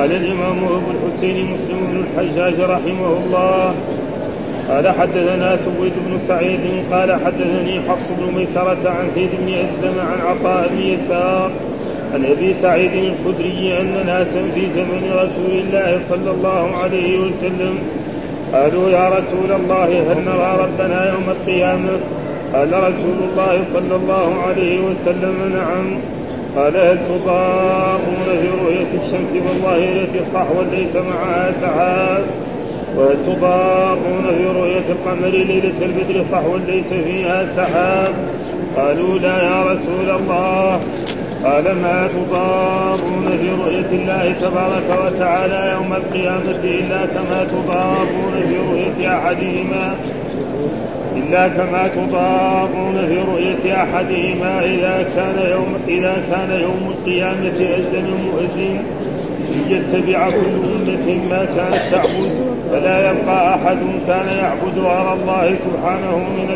قال الإمام أبو الحسين مسلم بن الحجاج رحمه الله قال حدثنا سويد بن سعيد قال حدثني حفص بن ميسرة عن زيد بن أسلم عن عطاء بن يسار عن أبي سعيد الخدري أن ناسا في زمن رسول الله صلى الله عليه وسلم قالوا يا رسول الله هل نرى ربنا يوم القيامة؟ قال رسول الله صلى الله عليه وسلم نعم. قال هل تضارون في رؤية الشمس والظاهرة صحوا ليس معها سحاب؟ وهل تضارون في رؤية القمر ليلة البدر صحوا ليس فيها سحاب؟ قالوا لا يا رسول الله. قال ما تضارون في رؤية الله تبارك وتعالى يوم القيامة إلا كما تضارون في رؤية أحدهما إذا كان يوم القيامة أذن مؤذن ليتبع كل أمة ما كانت تعبد فلا يبقى أحد كان يعبد غير الله سبحانه من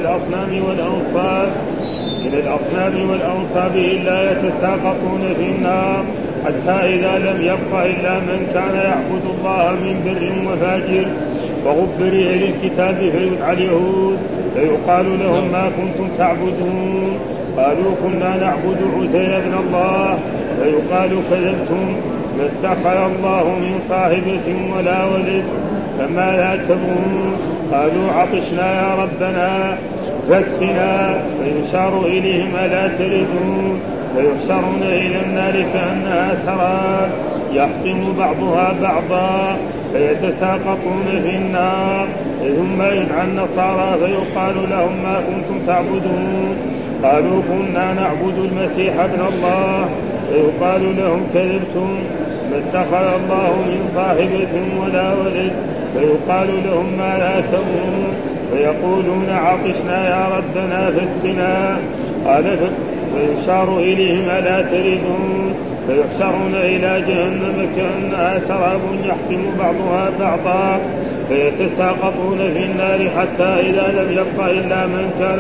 الأصنام والأنصاب إلا يتساقطون في النار حتى إذا لم يبق إلا من كان يعبد الله من بر وفاجر وغبر أهل الكتاب فيدعى اليهود فيقال لهم ما كنتم تعبدون؟ قالوا كنا نعبد عزير بن الله. فيقال كذبتم ما اتخذ الله من صاحبة ولا ولد فما لا تبغون؟ قالوا عطشنا يا ربنا فاسقنا. فيشار إليهم ألا تردون؟ فيحشرون إلى النار كأنها سراب يحطم بعضها بعضا فيتساقطون في النار. ثم يدعى النصارى فيقال لهم ما كنتم تعبدون؟ قالوا كنا نعبد المسيح ابن الله. فيقال لهم كذبتم ما اتخذ الله من صاحبة ولا ولد. فيقال لهم ما لا تبغون؟ فيقولون عطشنا يا ربنا فاسقنا. قال فيشار إليهم ألا تردون؟ فيحشرون إلى جهنم كأنها سراب يحطم بعضها بعضا فيتساقطون في النار حتى إذا لم يبق إلا من كان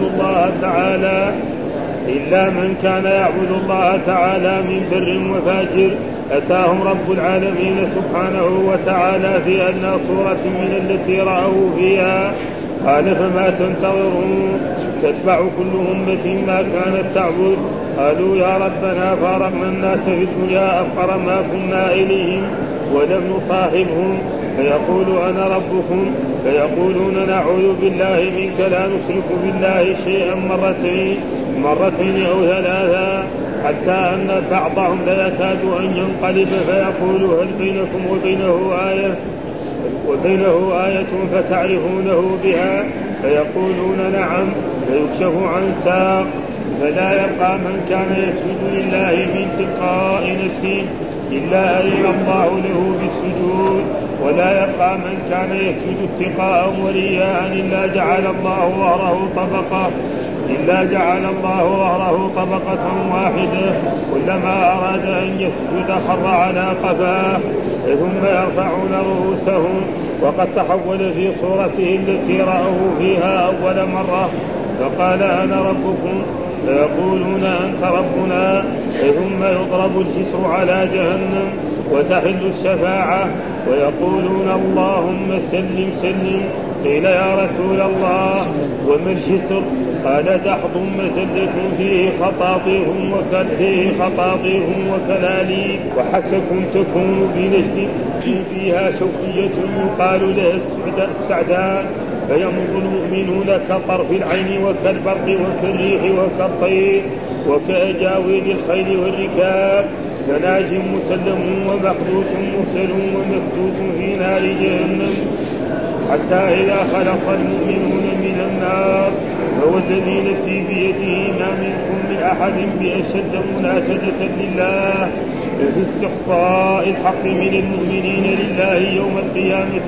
يعبد الله تعالى من بر وفاجر أتاهم رب العالمين سبحانه وتعالى في أدنى صورة من التي رأوا فيها. قال فما تنتظرون؟ تتبع كل أمة ما كانت تعبد. قالوا يا ربنا فارقنا الناس في الدنيا أفقر ما كنا إليهم ولم نصاحبهم. فيقول أنا ربكم. فيقولون نعوذ بالله منك لا نشرك بالله شيئا مرتين أو ثلاثا حتى أن بعضهم لا يكاد أن ينقلب فيقول هل بينكم وبينه آية فتعرفونه بها؟ فيقولون نعم. فيكشف عن ساق فلا يبقى من كان يسجد لله من تلقاء نفسه إلا أذن الله له بالسجود ولا يبقى من كان يسجد اتقاء ورياء إلا جعل الله ظهره طبقة واحدة كلما أراد أن يسجد خر على قفاه ثم يرفعون رؤوسهم وقد تحول في صورته التي رأوه فيها أول مرة فقال أنا ربكم. فيقولون أنت ربنا. ثم يضرب الجسر على جهنم وتحل الشفاعة ويقولون اللهم سلم سلم. قيل يا رسول الله وما الجسر؟ قال دحض مزلة فيه خطاطيف وكلاليب وحسكم تكون بنجد فيها شوكية يقال لها السعدان فيمض المؤمنون كطرف العين وكالبرق وكالريح وكالطير وكأجاويل الخيل والركاب فناج مسلم ومخدوش مرسل ومكدوس في نار جهنم حتى إذا خلص المؤمنون من النار فوالذي نفسي بيده ما منكم من أحد بأشد مناشدة لله في استقصاء الحق من المؤمنين لله يوم القيامة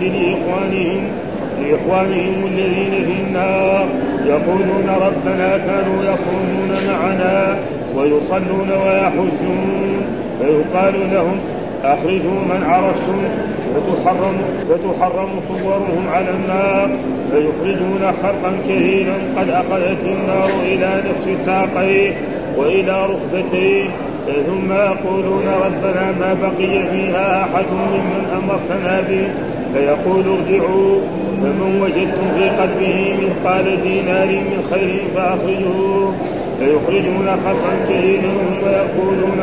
لإخوانهم الذين في النار يقولون ربنا كانوا يصومون معنا ويصلون ويحجون. فيقال لهم أخرجوا من عرفتم فتحرم صورهم على النار فيخرجون خلقا كثيرا قد أخذت النار إلى نفس ساقيه وإلى ركبتيه ثم يقولون ربنا ما بقي فيها أحد ممن أمرتنا به فيقول ارجعوا فمن وجدتم في قلبه مثقال دينار من خير فأخرجوه فيخرجون خلقا كثيرا ثم يقولون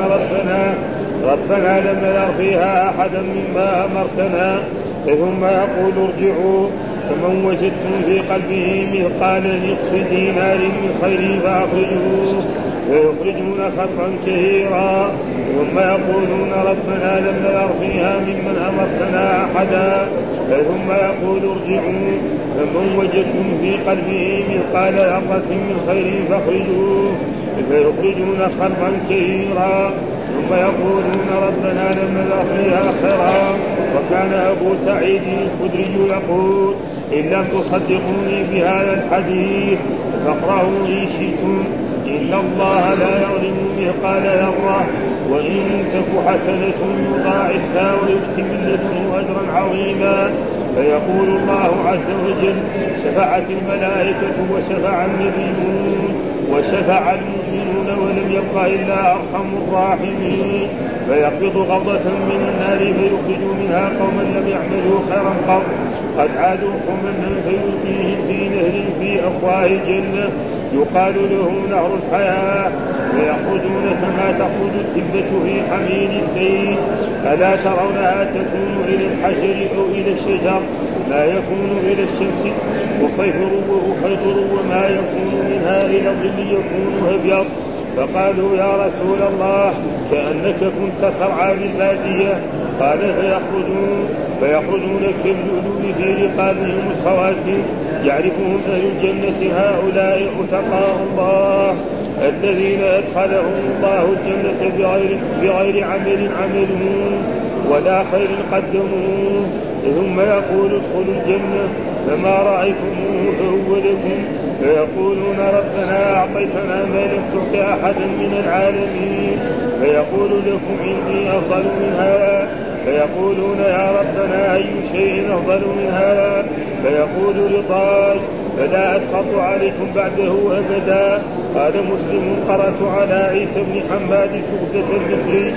ربنا لم نذر فيها أحدا مما أمرتنا ثم يقول ارجعوا فمن وجدتم في قلبه مثقال نصف دينار من خير فأخرجوه فيخرجون خلقا كثيرا ثم يقولون ربنا لم نذر فيها ممن أمرتنا أحدا ثم يقول ارجعوا فمن وجدتم في قلبه مثقال ذرة من خير فاخرجوه فيخرجون خلقا كثيرا ثم يقولون ربنا لم نذر فيها خيرا. وكان أبو سعيد الخدري يقول إن لم تصدقوني بهذا الحديث فاقرأوا إن شئتم إن الله لا يظلم مثقال ذرة وإن تك حسنة يضاعفها ويؤت من لدنه أجرا عظيما. فيقول الله عز وجل شفعت الملائكة وشفع النبيون وشفع المؤمنون ولم يبق إلا أرحم الراحمين. فيقبض غضة من النار فيخرج منها قوما لم يعملوا خيرا قط قد عادوا قوما فيلقيهم في نهر في أفواه الجنة يقال له نهر الحياة فيخرجون كما تخرج الثبة في حميل السيل ألا ترونها تكون إلى الحجر أو إلى الشجر ما يكون إلى الشمس وصيفر وخيطر وما يكون منها إلى الظل يكون أبيض. فقالوا يا رسول الله كأنك كنت ترعى بالبادية قال فيخرجون كاللؤلؤ في رقابهم الخواتم يعرفهم أهل الجنة هؤلاء عتقاء الله الذين أدخلهم الله الجنة بغير عمل عملهم ولا خير قدموه ثم يقول ادخلوا الجنة فما رأيتموه فهو لكم فيقولون ربنا أعطيتنا ما لم تعط أحدا من العالمين فيقول لكم عندي أفضل من هذا فيقولون يا ربنا أي شيء أفضل من هذا فيقول رضاك فلا أسخط عليكم بعده أبدا. قال مسلم قرأت على عيسى بن حماد الكردة المصري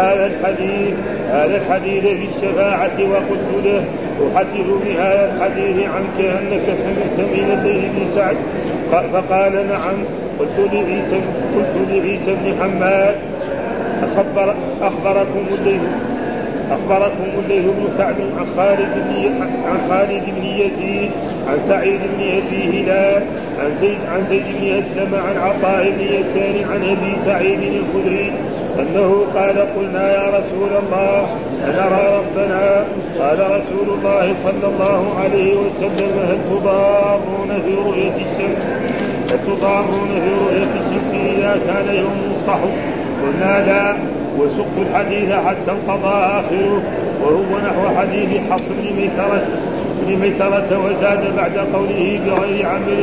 هذا الحديث في الشفاعة وقلت له أحدث بهذا الحديث عنك أنك سمعت من الليث بن سعد فقال نعم. قلت لعيسى بن حماد أخبركم الليث بن سعد عن خالد بن يزيد عن سعيد بن أبي هلال عن زيد بن أسلم عن عطاء بن يسار عن أبي سعيد الخدري أنه قال قلنا يا رسول الله أنرى ربنا قال رسول الله صلى الله عليه وسلم هل تضارون في رؤية الشمس إذا كان يوم الصحو قلنا لا وسقت الحديث حتى انقضى آخره وهو نحو حديث حفص بن ميسرة وزاد بعد قوله بغير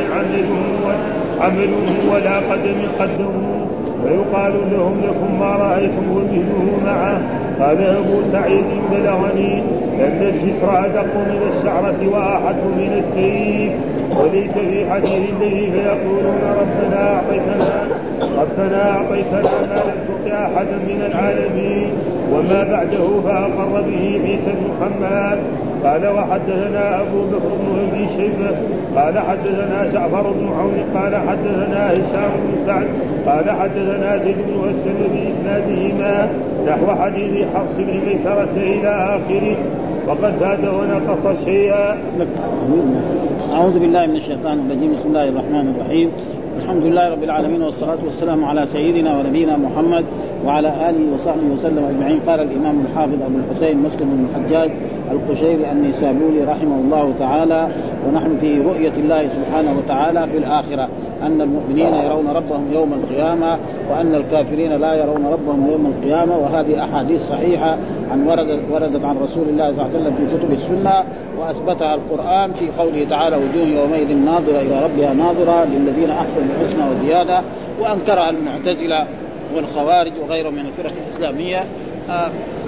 عملوه ولا قدم قدموه فيقال لكم ما رأيتم ومثله معه. قال أبو سعيد بلغني أن الجسر أدق من الشعرة وأحد من السيف وليس في حديث الليل فيقولون ربنا أعطيتنا ما لم تطع أحدا من العالمين وما بعده فأقر به عيسى بن محمد. قال وحدثنا أبو بكر بن أبي شيبة قال حدثنا جعفر بن عون قال حدثنا هشام بن سعد قال حدثنا زيد بن أسلم بإسنادهما نحو حديث حفص بن ميسرة إلى آخره وقد زاد ونقص شيئا. أعوذ بالله من الشيطان الرجيم بسم الله الرحمن الرحيم الحمد لله رب العالمين والصلاة والسلام على سيدنا ونبينا محمد وعلى آله وصحبه وسلم أجمعين. قال الإمام الحافظ أبو الحسين مسلم بن الحجاج القشيري النيسابوري رحمه الله تعالى ونحن في رؤية الله سبحانه وتعالى في الآخرة أن المؤمنين يرون ربهم يوم القيامة وأن الكافرين لا يرون ربهم يوم القيامة. وهذه أحاديث صحيحة وردت عن رسول الله صلى الله عليه وسلم في كتب السنة وأثبتها القرآن في قوله تعالى وجوه يومئذ ناظرة إلى ربها ناظرة للذين أحسنوا الحسنى وزيادة وأنكرها المعتزلة والخوارج وغيرهم من الفرق الإسلامية.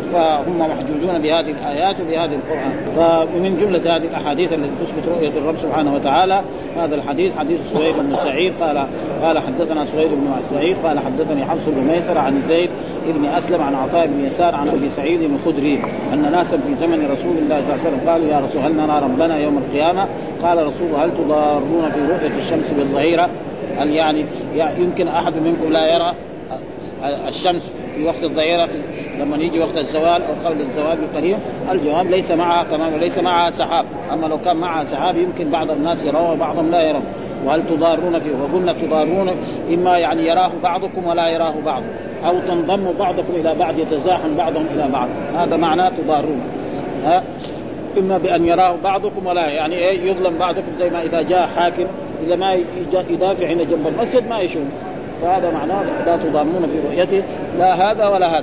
فهم محجوجون بهذه الآيات وبهذه القرآن. فمن جملة هذه الأحاديث التي تثبت رؤية الرب سبحانه وتعالى هذا الحديث حديث سويد بن سعيد قال حدثنا سويد بن سعيد قال حدثني حفص بن ميسر عن زيد بن أسلم عن عطاء بن يسار عن أبي سعيد الخدري أن ناسا في زمن رسول الله صلى الله عليه وسلم قالوا يا رسول هل نرى ربنا يوم القيامة؟ قال رسول هل تضارون في رؤية الشمس بالظهيرة؟ هل يعني يمكن أحد منكم لا يرى الشمس في وقت الظهيرة لما يجي وقت الزوال أو قبل الزوال بقليل؟ الجواب ليس معها كمان وليس معها سحاب. أما لو كان معها سحاب يمكن بعض الناس يروه وبعضهم لا يروه. وهل تضارون فيه؟ وقلنا تضارون إما يعني يراه بعضكم ولا يراه بعض أو تنضم بعضكم إلى بعض يتزاحم بعضهم إلى بعض، هذا معناه تضارون. إما بأن يراه بعضكم ولا يعني يظلم بعضكم زي ما إذا جاء حاكم إذا ما يدافع هنا جنب المسجد ما يشوف، فهذا معناه لا تضامون في رؤيته لا هذا ولا هذا.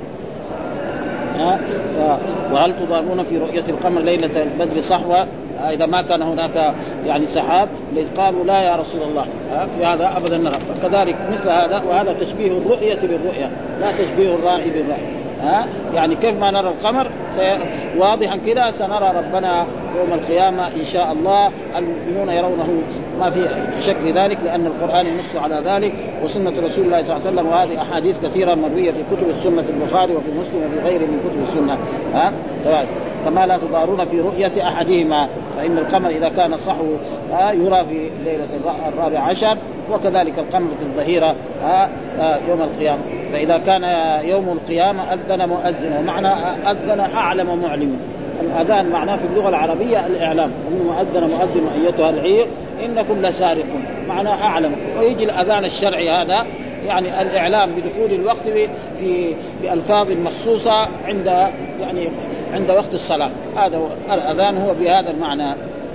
وهل تضامون في رؤية القمر ليلة البدر صحوة إذا ما كان هناك يعني سحاب؟ قالوا لا يا رسول الله في هذا أبدا نرى. كذلك مثل هذا وهذا تشبيه الرؤية بالرؤية لا تشبيه الرأي بالرأي. يعني كيف ما نرى القمر واضحا كده سنرى ربنا يوم القيامة إن شاء الله. المؤمنون يرونه ما في شك في ذلك لأن القرآن ينص على ذلك وسنة رسول الله صلى الله عليه وسلم، وهذه أحاديث كثيرة مروية في كتب السنة البخاري وفي مسلم وفي غيره من كتب السنة. كما لا تضارون في رؤية أحدهما فإن القمر إذا كان صحو يرى في ليلة 14 وكذلك القمر في الظهيرة يوم القيامة. فإذا كان يوم القيامة أذن مؤذن، ومعنى أذن أعلم معلم. الأذان معناه في اللغة العربية الإعلام، أذن مؤذن أيتها العير إنكم لسارقون، معناه أعلم. ويجي الأذان الشرعي هذا يعني الإعلام بدخول الوقت في بألفاظ مخصوصة عند وقت الصلاة، هذا الأذان هو بهذا المعنى.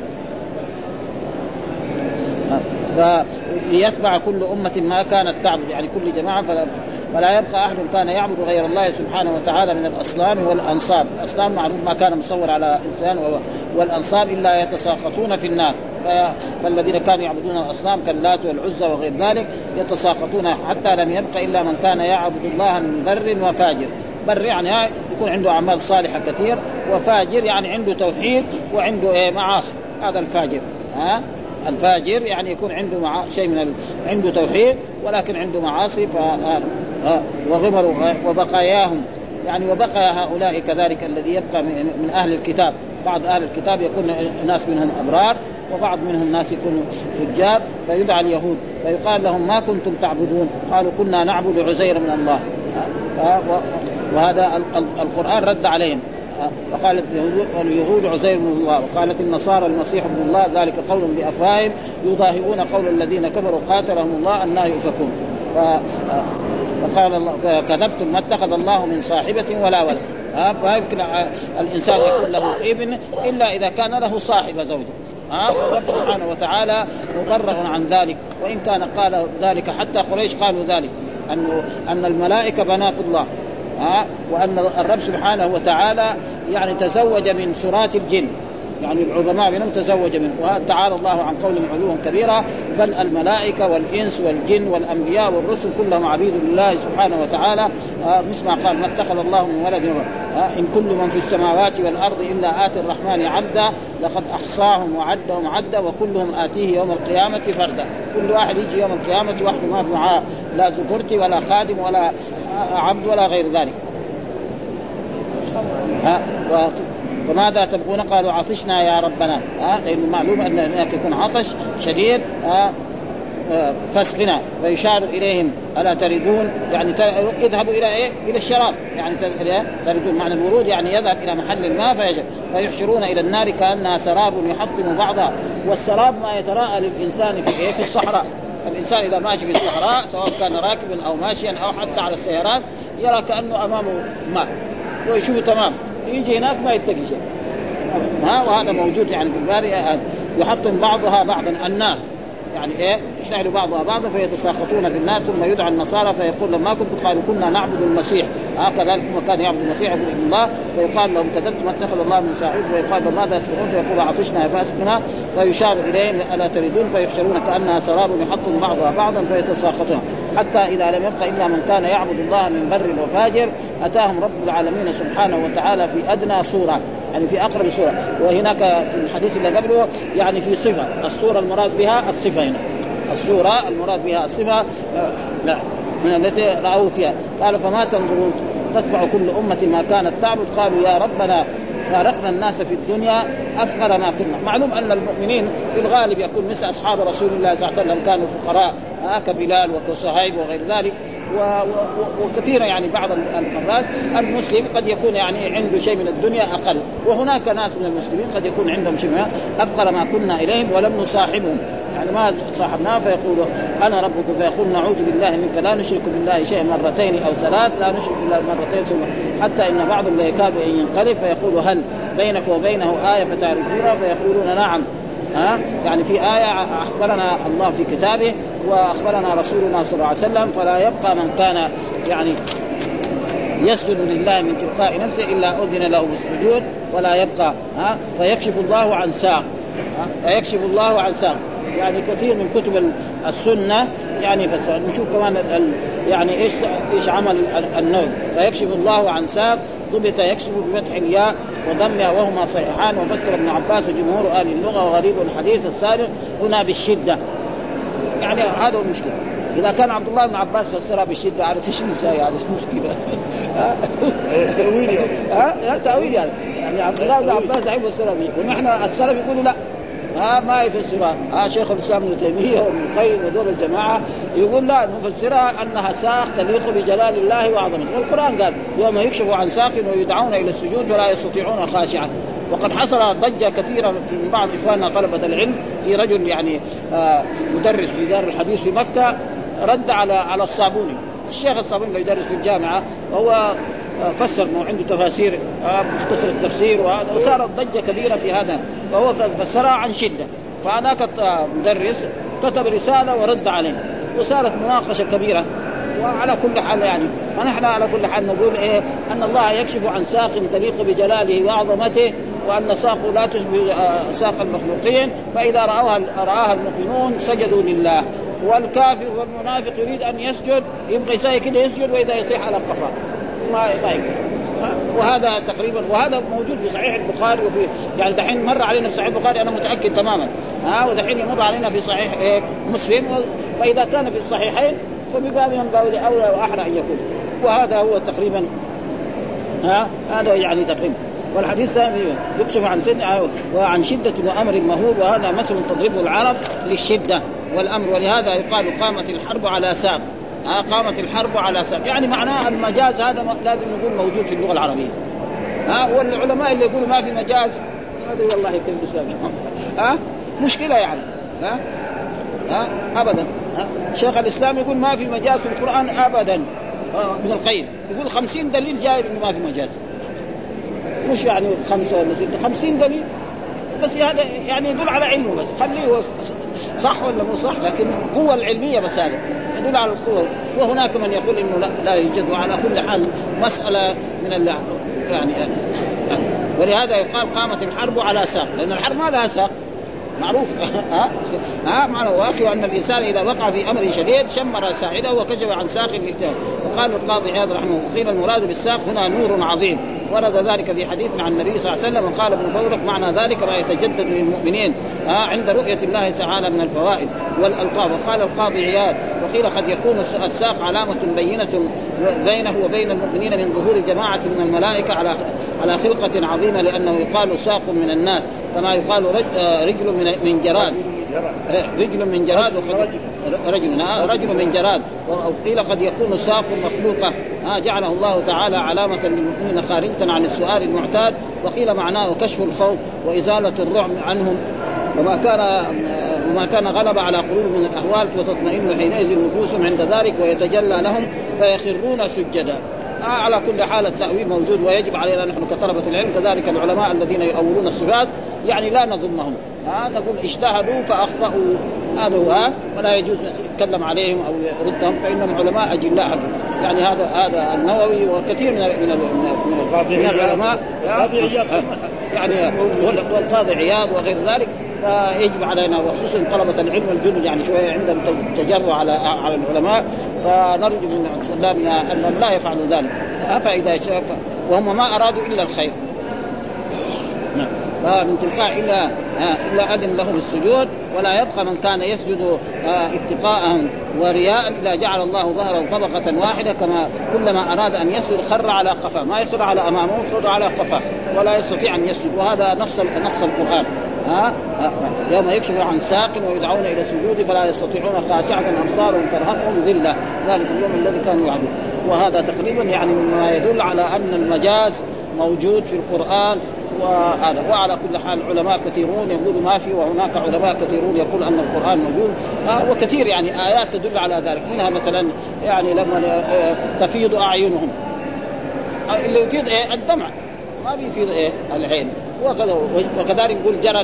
ليتبع كل أمة ما كانت تعبد، يعني كل جماعة فلا يبقى أحد كان يعبد غير الله سبحانه وتعالى من الأصنام والأنصاب. الأصنام معروف ما كان مصور على إنسان، والأنصاب إلا يتساقطون في النار. فالذين كانوا يعبدون الأصنام كاللات والعزى وغير ذلك يتساقطون حتى لم يبقى إلا من كان يعبد الله من بر وفاجر. بر يعني يكون عنده أعمال صالحة كثير، وفاجر يعني عنده توحيد وعنده معاصي، هذا الفاجر. الفاجر يعني يكون عنده شيء من عنده توحيد ولكن عنده معاصي. وغمروا وبقاياهم يعني وبقى هؤلاء كذلك الذي يبقى من أهل الكتاب. بعض أهل الكتاب يكون ناس منهم أبرار وبعض منهم ناس يكونوا فجار، فيدعى اليهود فيقال لهم ما كنتم تعبدون؟ قالوا كنا نعبد عزير من الله. وهذا القرآن رد عليهم وقالت اليهود عزير من الله وقالت النصارى المسيح ابن الله، ذلك قول بأفواههم يضاهئون قول الذين كفروا قاتلهم الله أنى يؤفكون. فقال الله كذبتم ما اتخذ الله من صاحبة ولا ولد. فيمكن الإنسان يكون له ابن إلا إذا كان له صاحبة زوجة. رب سبحانه وتعالى مبرر عن ذلك، وإن كان قال ذلك حتى قريش قالوا ذلك أن الملائكة بنات الله، وأن الرب سبحانه وتعالى يعني تزوج من سرات الجن، يعني العظماء منهم تزوج منه. وتعالى الله عن قولهم علوا كبيرا، بل الملائكة والإنس والجن والأنبياء والرسل كلهم عبيد لله سبحانه وتعالى. مثل ما قال ما اتخذ الله من ولد إن كل من في السماوات والأرض إلا آتي الرحمن عبدا لقد أحصاهم وعدهم عدا وكلهم آتيه يوم القيامة فردا. كل واحد يجي يوم القيامة وحده ما في معاه لا زكرتي ولا خادم ولا عبد ولا غير ذلك. فماذا تبغون؟ قالوا عطشنا يا ربنا، لأنه معلوم أن هناك يكون عطش شديد فاسقنا. فيشار إليهم ألا تردون، يعني اذهبوا إلى إلى الشراب، يعني تردون معنى الورود يعني يذهب إلى محل الماء فيشرب. فيحشرون إلى النار كأنها سراب يحطم بعضها. والسراب ما يتراءى للإنسان في الصحراء. الإنسان إذا ماشي في الصحراء سواء كان راكبا أو ماشيا أو حتى على السيارات يرى كأنه أمامه ماء ويشوف تمام، يجي هناك ما يتقي شيء. وهذا موجود يعني في البارية يحطم بعضها بعضا النار، يعني يشتعل بعضها بعضا فيتساقطون في النار. ثم يدعى النصارى فيقول لهم ما كنتم قالوا كنا نعبد المسيح، كذلك كان يعبد المسيح ابن الله. فيقال لهم كذبتم ما اتخذ الله من صاحب. فيقال لهم ماذا تقولون؟ فيقول عطشنا فاسقنا. فيشار إليهم ألا تريدون فيحشرون كأنها سراب يحطم بعضها بعضا فيتساقطون. حتى إذا لم يبق إلا من كان يعبد الله من بر وفاجر أتاهم رب العالمين سبحانه وتعالى في أدنى صورة، يعني في أقرب صورة. وهناك في الحديث اللي قبله يعني في صفة، الصورة المراد بها الصفة، هنا الصورة المراد بها الصفة من التي رأوا فيها. قال فما تنظرون تتبع كل أمة ما كانت تعبد. قالوا يا ربنا فارقنا الناس في الدنيا أفقر ما كنا. معلوم أن المؤمنين في الغالب يكون مثل أصحاب رسول الله صلى الله عليه وسلم كانوا فقراء كبلال وكصهيب وغير ذلك، وكثيرا يعني بعض المرات المسلم قد يكون يعني عنده شيء من الدنيا أقل، وهناك ناس من المسلمين قد يكون عندهم شيء من أفقر ما كنا إليهم ولم نصاحبهم، يعني ما صاحبناه فيقول أنا ربكم فيقول نعوذ بالله منك لا نشرك بالله شيئا مرتين أو ثلاث لا نشرك بالله مرتين ثم حتى إن بعضهم لا يكاد أن ينقلب فيقول هل بينك وبينه آية فتعرفونها فيقولون نعم. يعني في آية أخبرنا الله في كتابه وأخبرنا رسولنا صلى الله عليه وسلم فلا يبقى من كان يعني يسجد لله من تلقاء نفسه إلا أذن له بالسجود ولا يبقى فيكشف الله عن ساق فيكشف الله عن ساق. يعني كثير من كتب السنة يعني نشوف كمان يعني إيش عمل النوم. فيكشف الله عن ساق ضبط يكشف بفتح الياء وضمها وهما صحيحان. وفسر ابن عباس وجمهور أهل اللغة وغريب الحديث السابق هنا بالشدة، يعني هذا المشكلة. إذا كان عبد الله بن عباس فسرها بالشدة على تشمل ازاي يعني مشكلة تأويل تأويل يعني عبد الله بن عباس دحين فسرها به، ونحن السلف يقولوا لا ما يفسرها. شيخ الإسلام ابن تيمية وابن القيم ودول الجماعة يقول لا نفسرها أنها ساق تليق بجلال الله وعظمته. والقرآن قال يوم يكشف عن ساق ويدعون إلى السجود ولا يستطيعون خاشعا. وقد حصل ضجة كثيرة في بعض إخواننا طلبة العلم في رجل يعني مدرس في دار الحديث في مكة رد على الصابوني، الشيخ الصابوني اللي يدرس في الجامعة وهو فسر انه عنده تفاسير مختصر التفسير وصارت ضجة كبيرة في هذا، فهو فسرها عن شدة. فأنا مدرس كتب رسالة ورد عليه وصارت مناقشة كبيرة. وعلى كل حال يعني فنحن على كل حال نقول أن الله يكشف عن ساق تليق بجلاله وعظمته وأن ساقه لا تشبه ساق المخلوقين، فإذا رآها المؤمنون سجدوا لله. والكافر والمنافق يريد أن يسجد يبغى يساوي كده يسجد وإذا يطيح على القفا ما يطيح. وهذا تقريبا وهذا موجود في صحيح البخاري وفي يعني دحين مر علينا في صحيح البخاري أنا متأكد تماما ودحين يمر علينا في صحيح مسلم. فإذا كان في الصحيحين فبباب ينبغي أولى وأحرى أن يكون. وهذا هو تقريبا هذا يعني تقريبا. والحديث يكشف عن وعن شدة وأمر مهول، وهذا مثل تضربه العرب للشدة والأمر. ولهذا يقال قامت الحرب على ساق. قامت الحرب على ساق يعني معناه المجاز هذا لازم نقول موجود في اللغة العربية. والعلماء اللي يقولوا ما في مجاز هذا والله يكلم الإسلام مشكلة يعني أبدا. شيخ الإسلام يقول ما في مجاز في القرآن أبدا. ابن القيم يقول 50 دليل جايب إنه ما في مجاز، مش يعني 5 ولا 6 50 دليل بس. هذا يعني يدل على علمه بس، خليه صح ولا مو صح، لكن القوة العلمية بس هذا يدل على القوة. وهناك من يقول إنه لا يوجد. وعلى كل حال مسألة من يعني ولهذا يقال قامت الحرب على ساق، لأن الحرب ما لها ساق معروف. معنى واخي أن الإنسان إذا وقع في أمر شديد شمر ساعده وكشف عن ساق الاجتهاد. وقال القاضي عياض رحمه الله قيل المراد بالساق هنا نور عظيم، ورد ذلك في حديث عن النبي صلى الله عليه وسلم. قال ابن فورق معنى ذلك ما يتجدد للمؤمنين عند رؤية الله تعالى من الفوائد والألطاف. وقال القاضي عياض وقيل قد يكون الساق علامة بينة بينه وبين المؤمنين من ظهور جماعة من الملائكة على خلقة عظيمة، لأنه يقال ساق من الناس كما يقال رجل من جراد، رجل من جراد رجل من جراد. وقيل قد يكون ساق مخلوقة جعله الله تعالى علامة للمؤمنين خارجة عن السؤال المعتاد. وقيل معناه كشف الخوف وإزالة الرعب عنهم وما كان غلب على قلوبهم من الأهوال وتطمئن حينئذ نفوسهم عند ذلك ويتجلى لهم فيخرون سجدا. على كل حال التأويل موجود ويجب علينا نحن كطلبة العلم كذلك العلماء الذين يؤولون الصفات يعني لا نذمهم، نقول اجتهدوا فأخطأوا هذا هو، ولا يجوز نتكلم عليهم أو يردهم فإنهم علماء أجلاء. يعني هذا النووي وكثير من العلماء يعني والقاضي عياض وغير ذلك فيجب علينا وخصوصا طلبة العلم الجدد يعني شوية عندهم تجرؤ على العلماء، فنرجو من طلابنا أنهم لا يفعلوا ذلك. فإذا شاف وهم ما أرادوا إلا الخير فمن تلقاء إلا أذن لهم السجود، ولا يبقى من كان يسجد اتقاء ورياء إلا جعل الله ظهره طبقة واحدة، كما كلما أراد أن يسجد خر على قفاه، ما يخر على أمامه، يخر على قفاه ولا يستطيع أن يسجد. وهذا نص القرآن يوم يكشف عن ساق ويدعون إلى السجود فلا يستطيعون خاشعة أبصارهم ترهقهم ذلة ذلك اليوم الذي كانوا يعبدون. وهذا تقريبا يعني مما يدل على أن المجاز موجود في القرآن. وعلى كل حال علماء كثيرون يقولوا ما في، وهناك علماء كثيرون يقول أن القرآن موجود، وكثير يعني آيات تدل على ذلك. منها مثلا يعني لما تفيض أعينهم، اللي يفيض الدمع ما بيفيض العين. وكذلك يقول جرى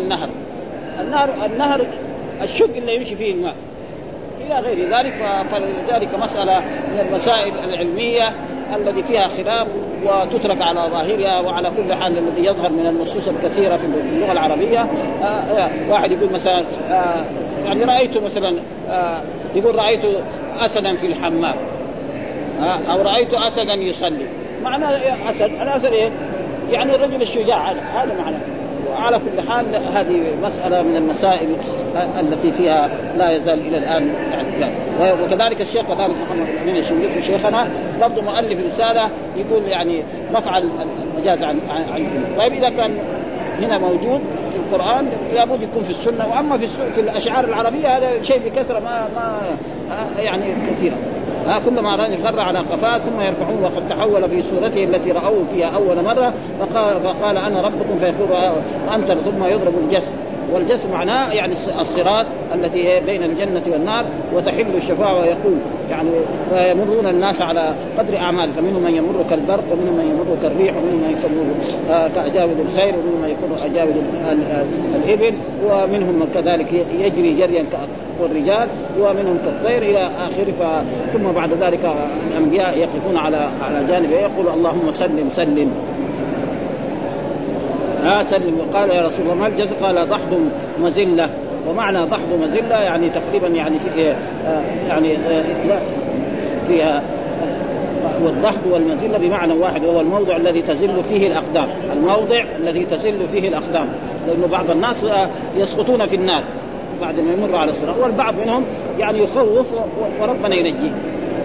النهر الشق اللي يمشي فيه الماء إلى غير ذلك. فلذلك مسألة من المسائل العلمية التي فيها خلاف وتترك على ظاهرها. وعلى كل حال الذي يظهر من النصوص الكثيرة في اللغة العربية، واحد يقول مثلا يعني رأيت مثلا يقول رأيت أسدا في الحمام، أو رأيت أسدا يصلي. معنى أسد الأسد يعني الرجل الشجاع، هذا معنى. وعلى كل حال هذه مسألة من المسائل التي فيها لا يزال إلى الآن يعني. وكذلك الشيخ كذلك محمد الأمين الشنقيطي شيخنا برضو مؤلف رسالة يقول يعني رفع المجاز عن طيب إذا كان هنا موجود في القرآن لابد يكون في السنة. وأما في الأشعار العربية هذا شيء بكثرة ما يعني كثيرا. كلما رأى خر على قفاه ثم يرفعون، وقد تحول في سورته التي رأوه فيها أول مرة فقال أنا ربكم فيقول أنت، ثم يضرب الجسم. والجسم معناه يعني الصراط التي بين الجنة والنار، وتحل الشفاعة ويقول يعني ويمرون الناس على قدر أعمال، فمنهم من يمر كالبرق ومنهم من يمر كالريح ومنهم من يمر كأجاود الخير ومنهم من يكون أجاود الإبل ومنهم من كذلك يجري جريا والرجال ومنهم كالطير إلى آخره. ثم بعد ذلك الأنبياء يقفون على جانبه يقول اللهم سلم سلم سلم. وقال يا رسول الله ما الجزاء؟ قال ضحض مزلة. ومعنى ضحض مزلة يعني تقريبا يعني في يعني فيها والضحض والمزلة بمعنى واحد، وهو الموضع الذي تزل فيه الأقدام، الموضع الذي تزل فيه الأقدام. لأنه بعض الناس يسقطون في النار بعد ما يمر على الصراط، والبعض منهم يعني يخوف وربنا ينجيه.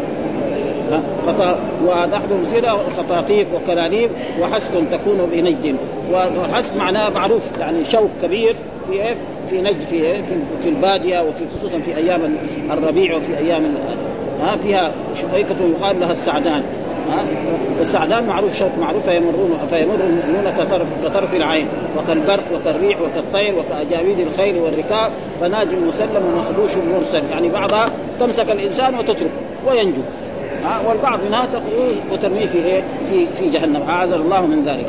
وضحض مزلة خطاطيف وكلاليب وحسك تكون بنجد. والحسك معناه معروف يعني شوك كبير في نجد في البادية، وفي خصوصا في أيام الربيع وفي أيام فيها شويكة يقال لها السعدان. والسعدان معروف شوك معروف، فيمر المؤمنون كطرف العين وكالبرق وكالريح وكالطير وكأجاويد الخيل والركاب، فناج مسلم ومخدوش مرسل. يعني بعضها تمسك الإنسان وتترك وينجو، والبعض منها تخرج وترميه في جهنم، أعاذنا الله من ذلك.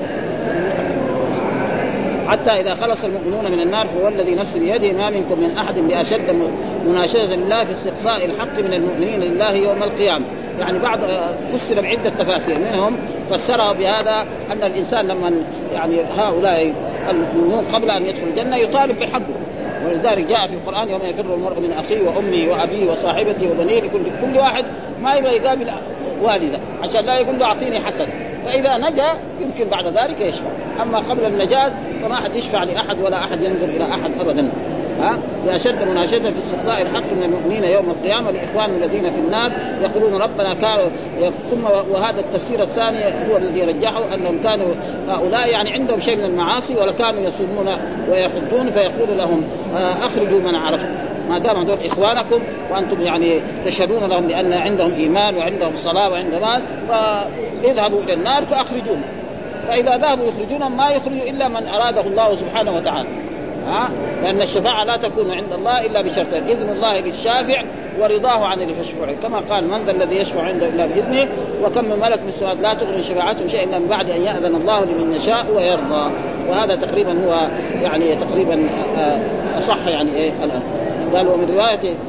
حتى إذا خلص المؤمنون من النار فهو الذي نفس بيده ما منكم من أحد بأشد مناشدة لله في استقصاء الحق من المؤمنين لله يوم القيامة. يعني بعض فسر بعدة تفاسير، منهم فسرها بهذا أن الإنسان لما يعني هؤلاء المؤمنون قبل أن يدخل الجنة يطالب بحقه، ولذلك جاء في القرآن يوم يفر المرء من أخيه وأمه وأبيه وصاحبته وبنيه، كل واحد ما يبغى يقابل والده عشان لا يقول له أعطيني حسن، فإذا نجا يمكن بعد ذلك يشفع. أما قبل النجاة فما أحد يشفع لأحد ولا أحد ينظر إلى أحد أبدا. بأشد مناشدة في استقصاء الحق من المؤمنين يوم القيامة لإخوان الذين في النار يقولون ربنا كانوا. ثم وهذا التفسير الثاني هو الذي رجحه أنهم كانوا هؤلاء يعني عندهم شيء من المعاصي ولكانوا يصومون ويحجون، فيقول لهم أخرجوا من عرفتم، ما دام هذول إخوانكم وأنتم يعني تشهدون لهم لأن عندهم إيمان وعندهم صلاة وعندهم مال، فاذهبوا إلى النار فأخرجون. فإذا ذهبوا يخرجون ما يخرجوا إلا من أراده الله سبحانه وتعالى، لأن الشفاعة لا تكون عند الله إلا بشرطين: إذن الله للشافع ورضاه عن المشفوع، كما قال من ذا الذي يشفع عنده إلا بإذنه، وكم من ملك في السماوات لا تغني شفاعتهم شيئا إلا من بعد أن يأذن الله لمن يشاء ويرضى. وهذا تقريبا هو يعني تقريبا أصح يعني الآن. قال ومن رواية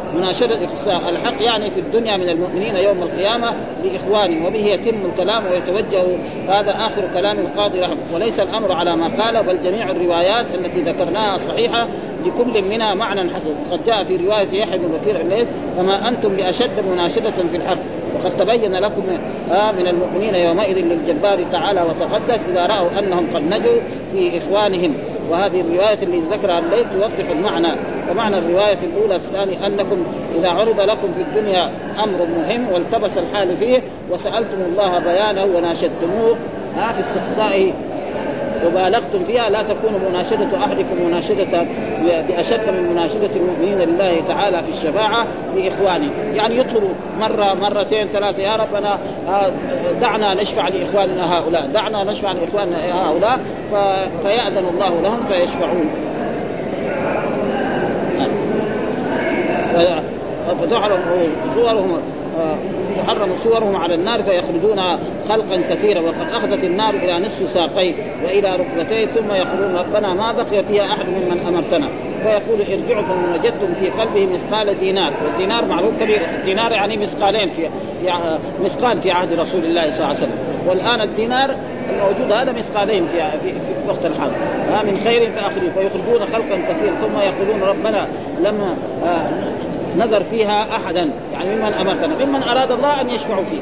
مناشدة الحق يعني في الدنيا من المؤمنين يوم القيامة لإخوانهم، وبه يتم الكلام ويتوجه. هذا آخر كلام القاضي رحمه. وليس الأمر على ما قال، بل جميع الروايات التي ذكرناها صحيحة لكل منها معنى حسن. وقد جاء في رواية يحيى بن بكير الليل: فما أنتم بأشد مناشدة في الحق، وقد تبين لكم من المؤمنين يومئذ للجبار تعالى وتقدس إذا رأوا أنهم قد نجوا في إخوانهم. وهذه الرواية اللي ذكرها الليل توضح المعنى. ومعنى الرواية الأولى الثاني: أنكم إذا عرض لكم في الدنيا أمر مهم والتبس الحال فيه وسألتم الله بيانه وناشدتموه في استقصائه وبالغتم فيها، لا تكون مناشدة أحدكم مناشدة بأشد من مناشدة المؤمنين لله تعالى في الشفاعة لإخوانه. يعني يطلبوا مرة مرتين ثلاثة: يا ربنا دعنا نشفع لإخواننا هؤلاء، دعنا نشفع لإخواننا هؤلاء، فيأذن الله لهم فيشفعون. فتحرم صورهم على النار فيخرجون خلقا كثيرا، وقد أخذت النار إلى نصف ساقيه وإلى ركبتيه، ثم يقولون: ربنا ما بقي فيها أحد ممن أمرتنا. فيقول: ارجعوا فمن وجدتم في قلبه مثقال دينار. والدينار معروف كبير، الدينار يعني مثقالين مثقال في عهد رسول الله صلى الله عليه وسلم. والآن الدينار الموجود هذا مثقالين في وقت الحال، من خير فأخرجوا. فيخرجون خلقا كثيرا ثم يقولون: ربنا لما نذر فيها أحدا، يعني ممن أمرتنا، ممن أراد الله أن يشفعوا فيه.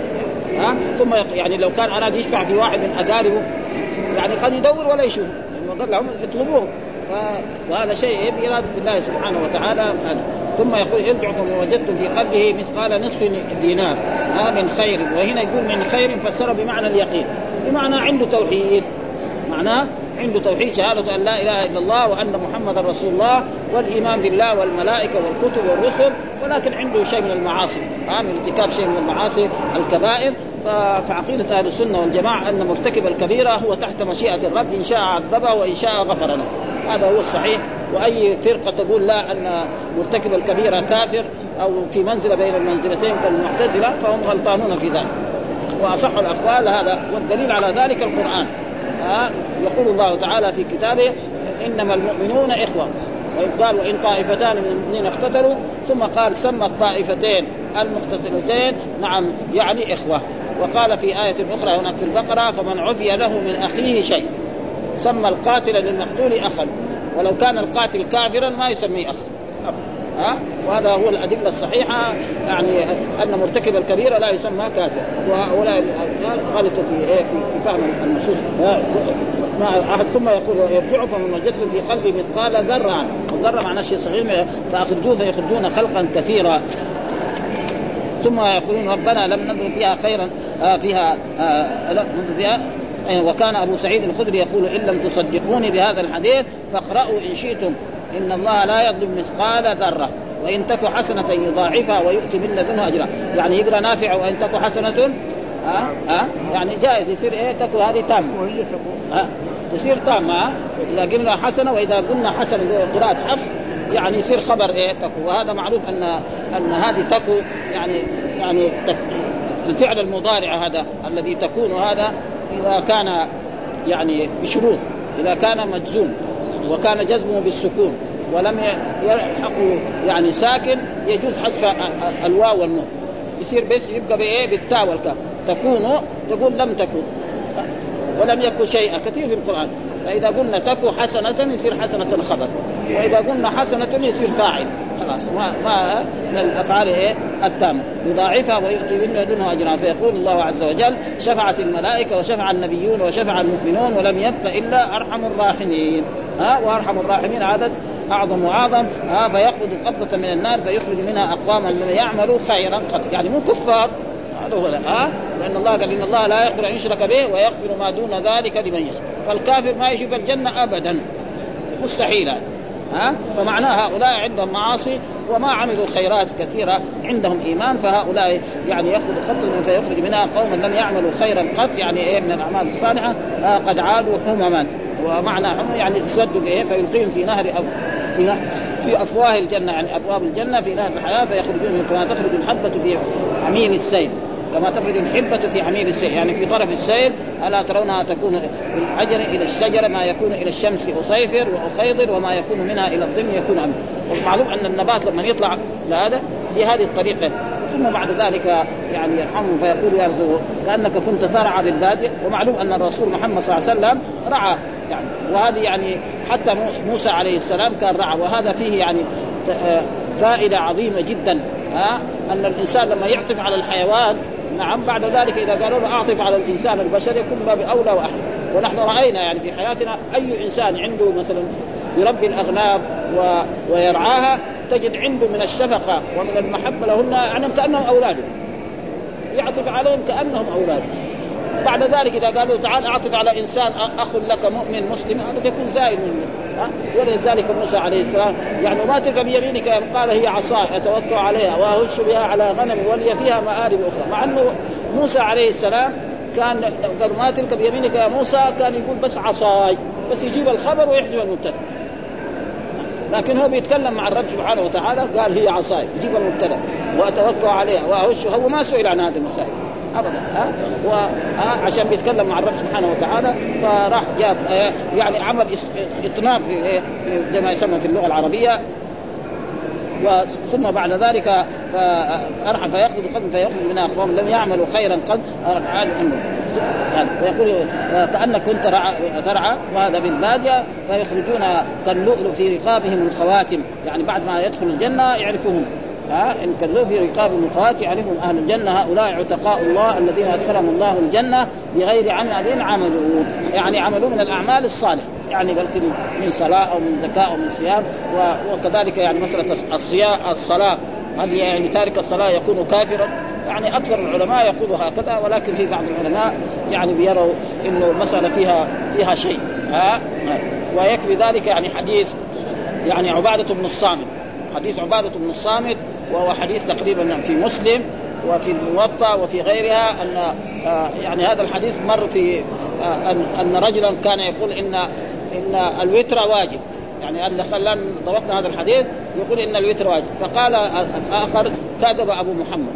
ثم يعني لو كان أراد يشفع في واحد من أقاربه يعني قد يدور ولا يشوف، لأنه قال لهم اطلبوه، وهذا شيء بإرادة الله سبحانه وتعالى. ثم يقول: ارجعوا فمن وجدتم في قلبه مثقال نصف دينار من خير. وهنا يقول من خير فسر بمعنى اليقين، بمعنى عنده توحيد، معناه عنده توحيد، شهادة أن لا إله إلا الله وأن محمد رسول الله، والإيمان بالله والملائكة والكتب والرسل، ولكن عنده شيء من المعاصي، من ارتكاب شيء من المعاصي الكبائر. فعقيدة أهل السنة والجماعة أن مرتكب الكبيرة هو تحت مشيئة الرب، إن شاء عذبه وإن شاء غفر له. هذا هو الصحيح. وأي فرقة تقول لا أن مرتكب الكبيرة كافر أو في منزلة بين المنزلتين كالمعتزلة فهم غلطانون في ذلك. وأصح الأقوال هذا، والدليل على ذلك القرآن. يقول الله تعالى في كتابه: إنما المؤمنون إخوة. وقال: وإن طائفتان من المؤمنين اقتتلوا، ثم قال سمى الطائفتين المقتتلتين نعم يعني إخوة. وقال في آية أخرى هناك في البقرة: فمن عفي له من أخيه شيء، سمى القاتل للمقتول أخا، ولو كان القاتل كافرا ما يسميه أخ. وهذا هو الأدلة الصحيحة، يعني أن مرتكب الكبيرة لا يسمى كافر. وهؤلاء غلطوا في فهم النصوص ما أحد. ثم يقول: يرجعوا فمن وجدتم في قلبه مثقال ذرة، والذرة معناه شيء صغير، فأخرجوه فيخرجون خلقا كثيرا. ثم يقولون: ربنا لم نذر فيها خيرا فيها. وكان أبو سعيد الخدري يقول: إن لم تصدقوني بهذا الحديث فاقرأوا إن شئتم، إن الله لا يظلم مثقال ذرة وإن تك حسنة يضاعفها ويؤتي من لدنه أجرا. يعني يقرأ نافع: وإن تك حسنة يعني جائز يصير تكو هذه تامة، تصير تامة. إذا قلنا حسنة، وإذا قلنا حسنة قراءة حفص يعني يصير خبر تكو. وهذا معروف أن هذه تكو يعني الفعل المضارع هذا الذي تكون، هذا إذا كان يعني بشروط، إذا كان مجزوم وكان جزمه بالسكون ولم يلحقه يعني ساكن يجوز حذف الواو والنون، يصير بس يبقى بالتاء والكاف. تكون تقول لم تكن ولم يكن شيئا، كثير في القرآن. فإذا قلنا تكو حسنة يصير حسنة خبر، وإذا قلنا حسنة يصير فاعل، خلاص ما من الأفعال التامة. يضاعفها ويؤتي من لدنه أجرا. فيقول الله عز وجل: شفعت الملائكة وشفع النبيون وشفع المؤمنون ولم يبق إلا أرحم الراحمين. وأرحم الراحمين عدد أعظم وأعظم. فيقبض قبضة من النار فيخرج منها أقواما من يعملوا خيرا قط، يعني مو كفار، لأن الله قال: إن الله لا يغفر أن يشرك به ويغفر ما دون ذلك لمن يشاء. فالكافر ما يشوف الجنة أبدا، مستحيل. فمعناه هؤلاء عندهم معاصي وما عملوا خيرات كثيرة، عندهم إيمان. فهؤلاء يعني يأخذ خبز فيخرج منها قوما لم يعملوا خيرا قط، يعني من الأعمال الصالحة قد عادوا حمما. ومعنى حمم يعني يسودوا فيلقيهم في نهر في أفواه الجنة، يعني أبواب الجنة في نهر الحياة، فيخرجون كما تخرج الحبة في عميل السيل. كما تفرد الحبة في حميل السيل، يعني في طرف السيل ألا ترونها تكون الحجر إلى الشجرة ما يكون إلى الشمس أصيفر وأخيضر وما يكون منها إلى الظل يكون أمر. ومعلوم أن النبات لما يطلع لهذا بهذه الطريقة. ثم بعد ذلك يعني يرحمه فيقول يا رسول كأنك كنت ترعى بالبادية. ومعلوم أن الرسول محمد صلى الله عليه وسلم رعى يعني، وهذه يعني حتى موسى عليه السلام كان رعى. وهذا فيه يعني فائدة عظيمة جدا، أن الإنسان لما يعطف على الحيوان نعم بعد ذلك إذا قالوا له أعطف على الإنسان البشري يكون باب أولى وأحلى. ونحن رأينا يعني في حياتنا أي إنسان عنده مثلا يربي الأغنام ويرعاها تجد عنده من الشفقة ومن المحبة لهن يعني كأنهم أولاده، يعطف عليهم كأنهم أولاده. بعد ذلك إذا قالوا تعال أعطف على إنسان أخ لك مؤمن مسلم هذا يكون زائد منه. ولذلك موسى عليه السلام يعني ما تلك بيمينك قال هي عصاي أتوكل عليها وأهش بها على غنم ولي فيها مآرب أخرى. مع أنه موسى عليه السلام كان قال ما تلك بيمينك يا موسى كان يقول بس عصاي، بس يجيب الخبر ويحذف المبتدأ. لكن هو بيتكلم مع الرب سبحانه وتعالى قال هي عصاي يجيب المبتدأ وأتوكل عليها وأهش. هو ما سئل عن هذه المسائل أبدا عشان بيتكلم مع الرب سبحانه وتعالى فراح جاب يعني عمل إطناب في زي ما يسمى في اللغة العربية. ثم بعد ذلك فأرحم فيأخذ بقدم فيأخذ منها قوم لم يعملوا خيرا قد فيقول كأنك كنت ترعى وهذا بالبادية فيخرجون كاللؤلؤ في رقابهم الخواتم، يعني بعد ما يدخل الجنة يعرفهم إن كاللؤلؤ في رقابهم الخواتم يعرفهم أهل الجنة هؤلاء عتقاء الله الذين أدخلهم الله الجنة بغير عمل عملوا، يعني عملوا من الأعمال الصالحة يعني بل من صلاة أو من زكاة أو من صيام. وكذلك يعني مسألة الصلاة هذه يعني تارك الصلاة يكون كافرا، يعني أكثر العلماء يقولوا هكذا، ولكن في بعض العلماء يعني بيروا إنه مسألة فيها شيء ويكفي ذلك يعني حديث يعني عبادة بن الصامت، حديث عبادة بن الصامت وهو حديث تقريبا في مسلم وفي الموطأ وفي غيرها أن يعني هذا الحديث مر في أن رجلا كان يقول إن الوتر واجب، يعني اللي خلانا ضبطنا هذا الحديث يقول إن الوتر واجب. فقال الآخر كذب أبو محمد.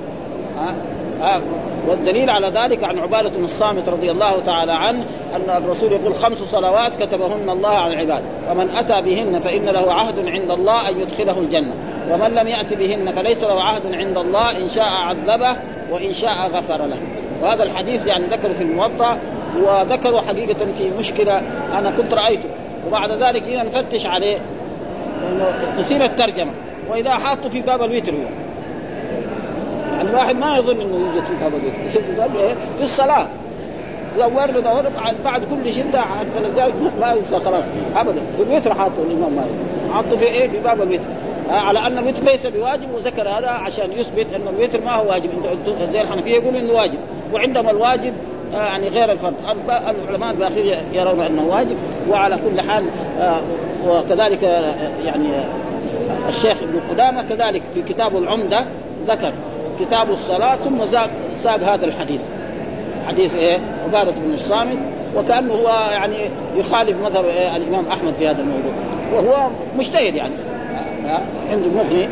والدليل على ذلك عن عبادة بن الصامت رضي الله تعالى عنه أن الرسول يقول 5 صلوات كتبهن الله على العباد ومن أتى بهن فإن له عهد عند الله أن يدخله الجنة ومن لم يأتي بهن فليس له عهد عند الله إن شاء عذبه وإن شاء غفر له. وهذا الحديث يعني ذكره في الموطأ وذكروا حقيقة في مشكلة أنا كنت رأيته وبعد ذلك هنا نفتش عليه إنه نسينا الترجمة وإذا حاطه في باب الوتر يعني الواحد ما يظن إنه يوجد في باب الوتر في الصلاة يدور بعد كل شدة حتى لذلك ما ينسى خلاص أبدا في الوتر حاطه الإمام مالك حاطه في في باب الوتر على أن الوتر ليس بواجب وذكر هذا عشان يثبت أن الوتر ما هو واجب. زي الحنفية يقولوا إنه واجب وعندما الواجب يعني غير الفرض. العلماء الباقين يرون أنه واجب. وعلى كل حال وكذلك يعني الشيخ ابن قدامة كذلك في كتاب العمدة ذكر كتاب الصلاة ثم ساق هذا الحديث حديث عبادة بن الصامت وكأنه هو يعني يخالف مذهب الإمام أحمد في هذا الموضوع وهو مجتهد يعني عنده مغني.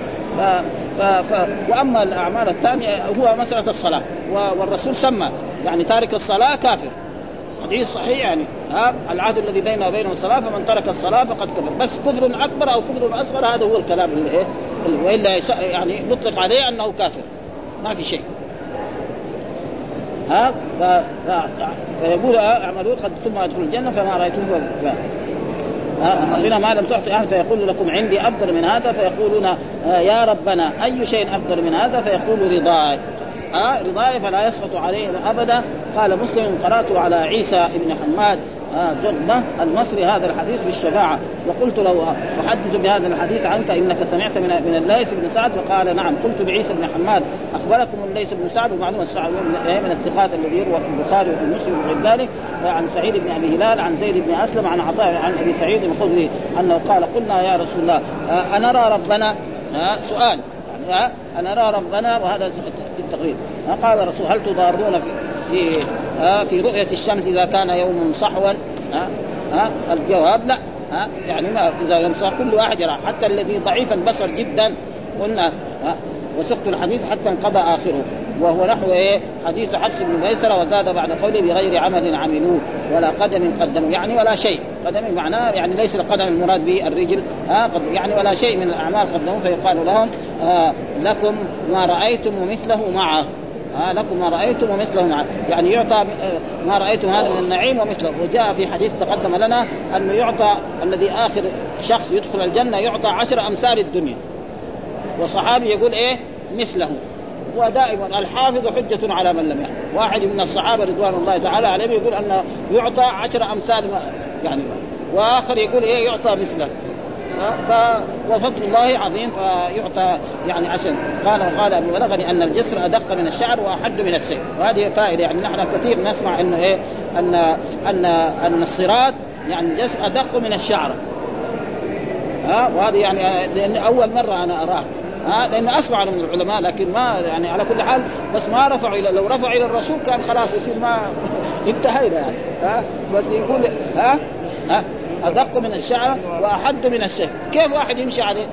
وأما الأعمال الثانية هو مسألة الصلاة والرسول سمى يعني تارك الصلاة كافر حديث صحيح يعني العهد الذي بيننا وبينه الصلاة فمن ترك الصلاة فقد كفر. بس كفر أكبر أو كفر أصغر هذا هو الكلام اللي وإلا يعني نطلق عليه أنه كافر ما في شيء. فيقول اعملوا قد ثم ادخلوا الجنة فما رأيتم هنا ما لم تعطي أحد فيقول لكم عندي أفضل من هذا فيقولون يا ربنا أي شيء أفضل من هذا فيقول رضاي رضاي فلا يسقط عليه أبدا. قال مسلم قرأت على عيسى بن حماد زغبة المصري هذا الحديث في الشفاعة وقلت له أحدث بهذا الحديث عنك إنك سمعت من الليث بن سعد فقال نعم. قلت بعيسى بن حماد أخبركم الليث بن سعد ومعلومة السعد من الثقات الذي يروى في البخاري وفي مسلم وغير ذلك عن سعيد بن أبي هلال عن زيد بن أسلم عن عطاء عن أبي سعيد الخدري أنه قال قلنا يا رسول الله أنرى ربنا سؤال يعني أنرى ربنا وهذا التقرير قال الرسول هل تضارون في رؤية الشمس إذا كان يوم صحوا الجواب لا يعني ما إذا يوم صح كل واحد يرى حتى الذي ضعيف البصر جدا قلنا وسقت الحديث حتى انقضى آخره وهو نحو حديث حفص بن ميسرة وزاد بعد قوله بغير عمل عملوه ولا قدم قدموا، يعني ولا شيء. قدم معناه يعني ليس القدم المراد به الرجل، يعني ولا شيء من الأعمال قدموا. فيقال لهم لكم ما رأيتم ومثله معه، لكم ما رأيتم ومثله معه، يعني يعطى ما رأيتم هذا من النعيم ومثله. وجاء في حديث تقدم لنا أنه يعطى الذي آخر شخص يدخل الجنة يعطى 10 أمثال الدنيا، وصحابي يقول مثله. ودائما الحافظ حجة على من لم يحفظ. واحد من الصحابة رضوان الله تعالى عليهم يقول أن يعطى 10 أمثال يعني، وآخر يقول يعطى مثله. وفضل الله عظيم فيعطى يعني 10. قال أبو بلغني أن الجسر أدق من الشعر وأحد من السيف. وهذه فائدة، يعني نحن كثير نسمع إنه أن الصراط يعني الجسر أدق من الشعر، وهذه يعني لأن أول مرة أنا أراه، لأن أسمع من العلماء لكن ما يعني على كل حال، بس ما رفعوا لو رفعوا إلى الرسول كان خلاص يصير ما انتهينا يعني. بس يقول أدق من الشعر وأحد من السيف. كيف واحد يمشي عليه؟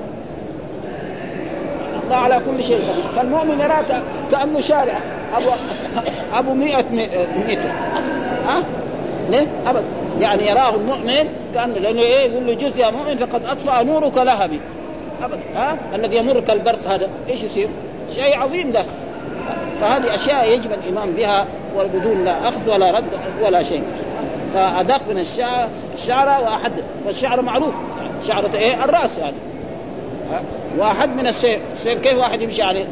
الله على كل شيء قدير. فالمؤمن يراك كأنه شارع أبو 100 متر، ليه؟ أبد. يعني يراه المؤمن كأنه، لأنه يقول له جزء يا مؤمن فقد أطفأ نورك لهبي أبدا. الذي يمر كالبرق هذا إيش يصير؟ شيء عظيم له. فهذه أشياء يجب الإيمان بها وبدون لا أخذ ولا رد ولا شيء. فأدق من الشعر وأحد، والشعر معروف شعرة الرأس يعني. وأحد من السيف. كيف واحد يمشي عليه؟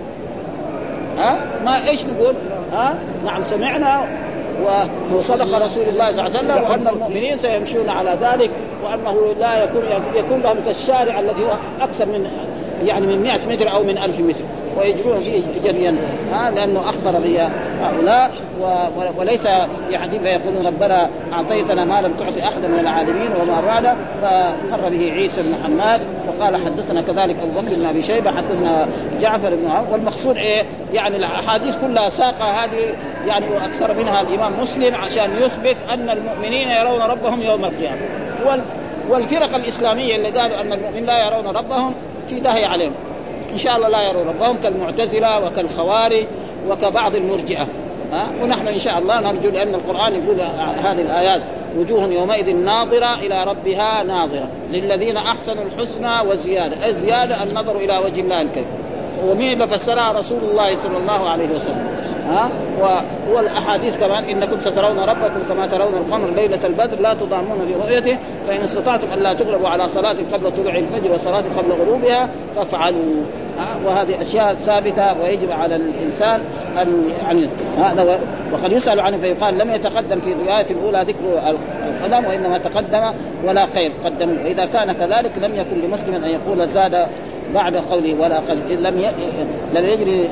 ما إيش نقول؟ نعم سمعنا وصدق رسول الله صلى الله عليه وسلم، وأن المؤمنين سيمشون على ذلك، وأنه لا يكون لهم كالشارع الذي هو أكثر من يعني من 100 متر أو من 1000 متر ويجرون فيه جريا، لأنه أخبر به هؤلاء. وليس يحديث فيقولون ربنا أعطيتنا ما لم تعطي أحدا من العالمين وما بعد. فقر به عيسى بن حماد وقال حدثنا كذلك أبو بكر بن أبي شيبة حدثنا جعفر بن عمرو. والمقصود يعني الأحاديث كلها ساقة هذه يعني وأكثر منها الإمام مسلم عشان يثبت أن المؤمنين يرون ربهم يوم القيامة. والفرق الإسلامية اللي قالوا أن المؤمنين لا يرون ربهم في داهية عليهم، إن شاء الله لا يرون ربهم، كالمعتزلة وكالخوارج وكبعض المرجئة. ونحن إن شاء الله نرجو، لأن القرآن يقول هذه الآيات وجوه يومئذ ناظرة إلى ربها ناظرة للذين أحسنوا الحسنى وزيادة. الزيادة النظر إلى وجه الله الكريم. ومين بفسرها؟ رسول الله صلى الله عليه وسلم. والأحاديث كمان إنكم سترون ربكم كما ترون القمر ليلة البدر لا تضامون في رؤيته فإن استطعتم أن لا تغلبوا على صلاة قبل طلوع الفجر وصلاة قبل غروبها فافعلوا. وهذه أشياء ثابتة ويجب على الإنسان أن يعني هذا. وقد يسأل عنه فيقال لم يتقدم في الرواية الأولى ذكر القدم وإنما تقدم ولا خير قدموا. وإذا كان كذلك لم يكن لمسلم أن يقول زاد بعد قوله ولا قد لم يجري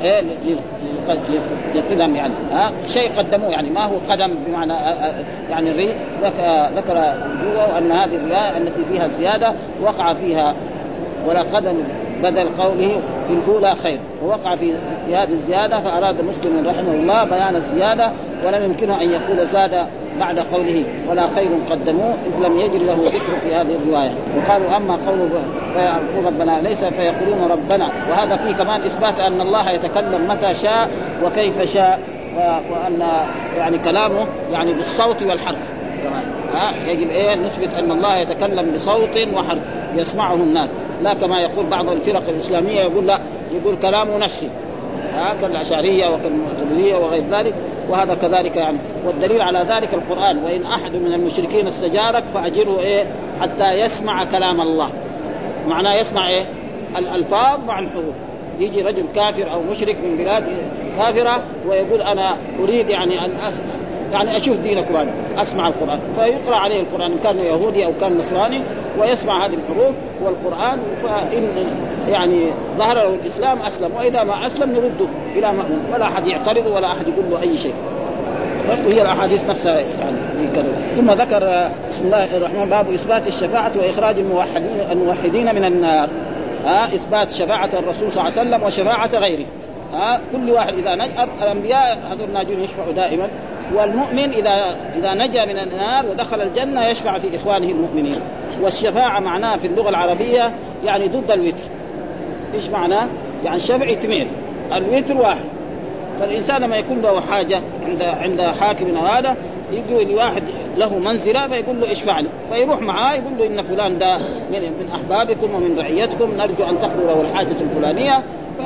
للقدم يعني شيء قدموه، يعني ما هو قدم بمعنى يعني ذكر وجوه أن هذه الرواية التي فيها زيادة وقع فيها ولا قدم بدل قوله في الأولى خير، ووقع في هذه الزيادة. فأراد مسلم رحمه الله بيان الزيادة ولم يمكنه أن يقول زاد بعد قوله ولا خير قدموه إذ لم يجر له ذكر في هذه الرواية. وقالوا أما قوله فيقول ربنا ليس فيقولون ربنا، وهذا فيه كمان إثبات أن الله يتكلم متى شاء وكيف شاء، وأن يعني كلامه يعني بالصوت والحرف كمان. يجب نثبت أن الله يتكلم بصوت وحرف يسمعه الناس، لا كما يقول بعض الفرق الإسلامية يقول لا يقول كلامه نفسي كالأشعرية وكالمعتزلية وغير ذلك. وهذا كذلك يعني. والدليل على ذلك القرآن وإن أحد من المشركين استجارك فأجره حتى يسمع كلام الله. معناه يسمع الألفاظ مع الحروف. يجي رجل كافر أو مشرك من بلاد كافرة ويقول أنا أريد يعني أن يعني أشوف دينكم أسمع القرآن، فيقرأ عليه القرآن إن كان يهودي أو كان نصراني ويسمع هذه الحروف والقرآن. فإن يعني ظهر له الإسلام أسلم، وإذا ما أسلم نرده إلى مأمون ولا أحد يعترض ولا أحد يقول له أي شيء. وهي الأحاديث نفسها يعني يكرر. ثم ذكر بسم الله الرحمن باب إثبات الشفاعة وإخراج الموحدين من النار. إثبات شفاعة الرسول صلى الله عليه وسلم وشفاعة غيره. كل واحد إذا نجا الأنبياء هذول ناجون يشفعوا دائما، والمؤمن إذا نجا من النار ودخل الجنة يشفع في إخوانه المؤمنين. والشفاعة معناها في اللغة العربية يعني ضد الوتر. إيش معناه؟ يعني الشفع اثنين، الوتر واحد. فالإنسان لما يكون له حاجة عند حاكم هذا يجي لواحد له منزلة فيقول له اشفع لي، فيروح معاه يقول له إن فلان ده من أحبابكم ومن رعيتكم، نرجو أن تقضوا له الحاجة الفلانية،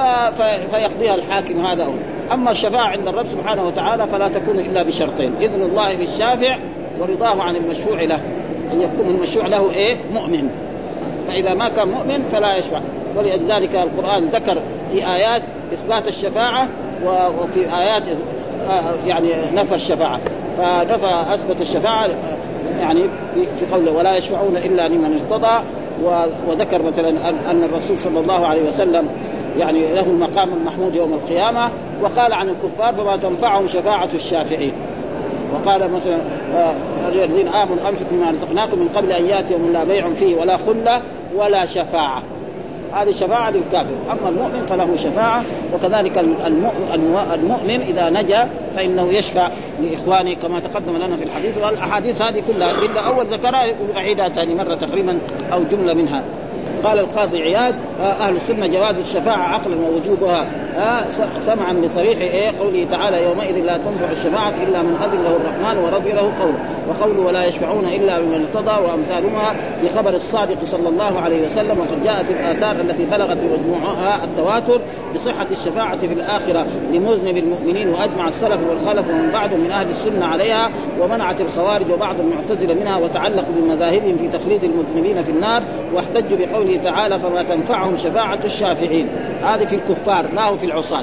فيقضيها الحاكم هذا أول. أما الشفاعة عند الرب سبحانه وتعالى فلا تكون إلا بشرطين: إذن الله بالشافع ورضاه عن المشفوع له، أن يكون المشفوع له مؤمن، فإذا ما كان مؤمن فلا يشفع. ولذلك القرآن ذكر في آيات إثبات الشفاعة وفي آيات يعني نفى الشفاعة، فنفى أثبت الشفاعة يعني في قوله ولا يشفعون إلا لمن ارتضى، وذكر مثلا أن الرسول صلى الله عليه وسلم يعني له المقام المحمود يوم القيامة، وقال عن الكفار فما تنفعهم شفاعة الشافعين. وقال مثلا الذين آمنوا أنفقوا مما رزقناكم من قبل أن يأتي يوم لا بيع فيه ولا خلة ولا شفاعة، هذه شفاعة للكافر. أما المؤمن فله شفاعة. وكذلك المؤمن إذا نجا فإنه يشفع لإخوانه كما تقدم لنا في الحديث. والأحاديث هذه كلها إلا أول ذكرها أعيدها ثاني مرة تقريبا أو جملة منها. قال القاضي عياض أهل السنة جواز الشفاعة عقلا ووجوبها سمعا بصريح قوله تعالى يومئذ لا تنفع الشفاعة إلا من أذن له الرحمن ورضي له قوله، وقوله ولا يشفعون إلا بمن ارتضى، وأمثالها بخبر الصادق صلى الله عليه وسلم. وقد جاءت الآثار التي بلغت بمجموعها التواتر بصحة الشفاعة في الآخرة لمذنب المؤمنين، وأجمع السلف والخلف ومن بعدهم من أهل السنة عليها، ومنعت الخوارج وبعض المعتزلة منها، وتعلقوا بمذاهبهم في تخليد المذنبين في النار، واحتجوا بقوله تعالى فما تنفعهم شفاعة الشافعين. هذه في الكفار لا هو في العصاة.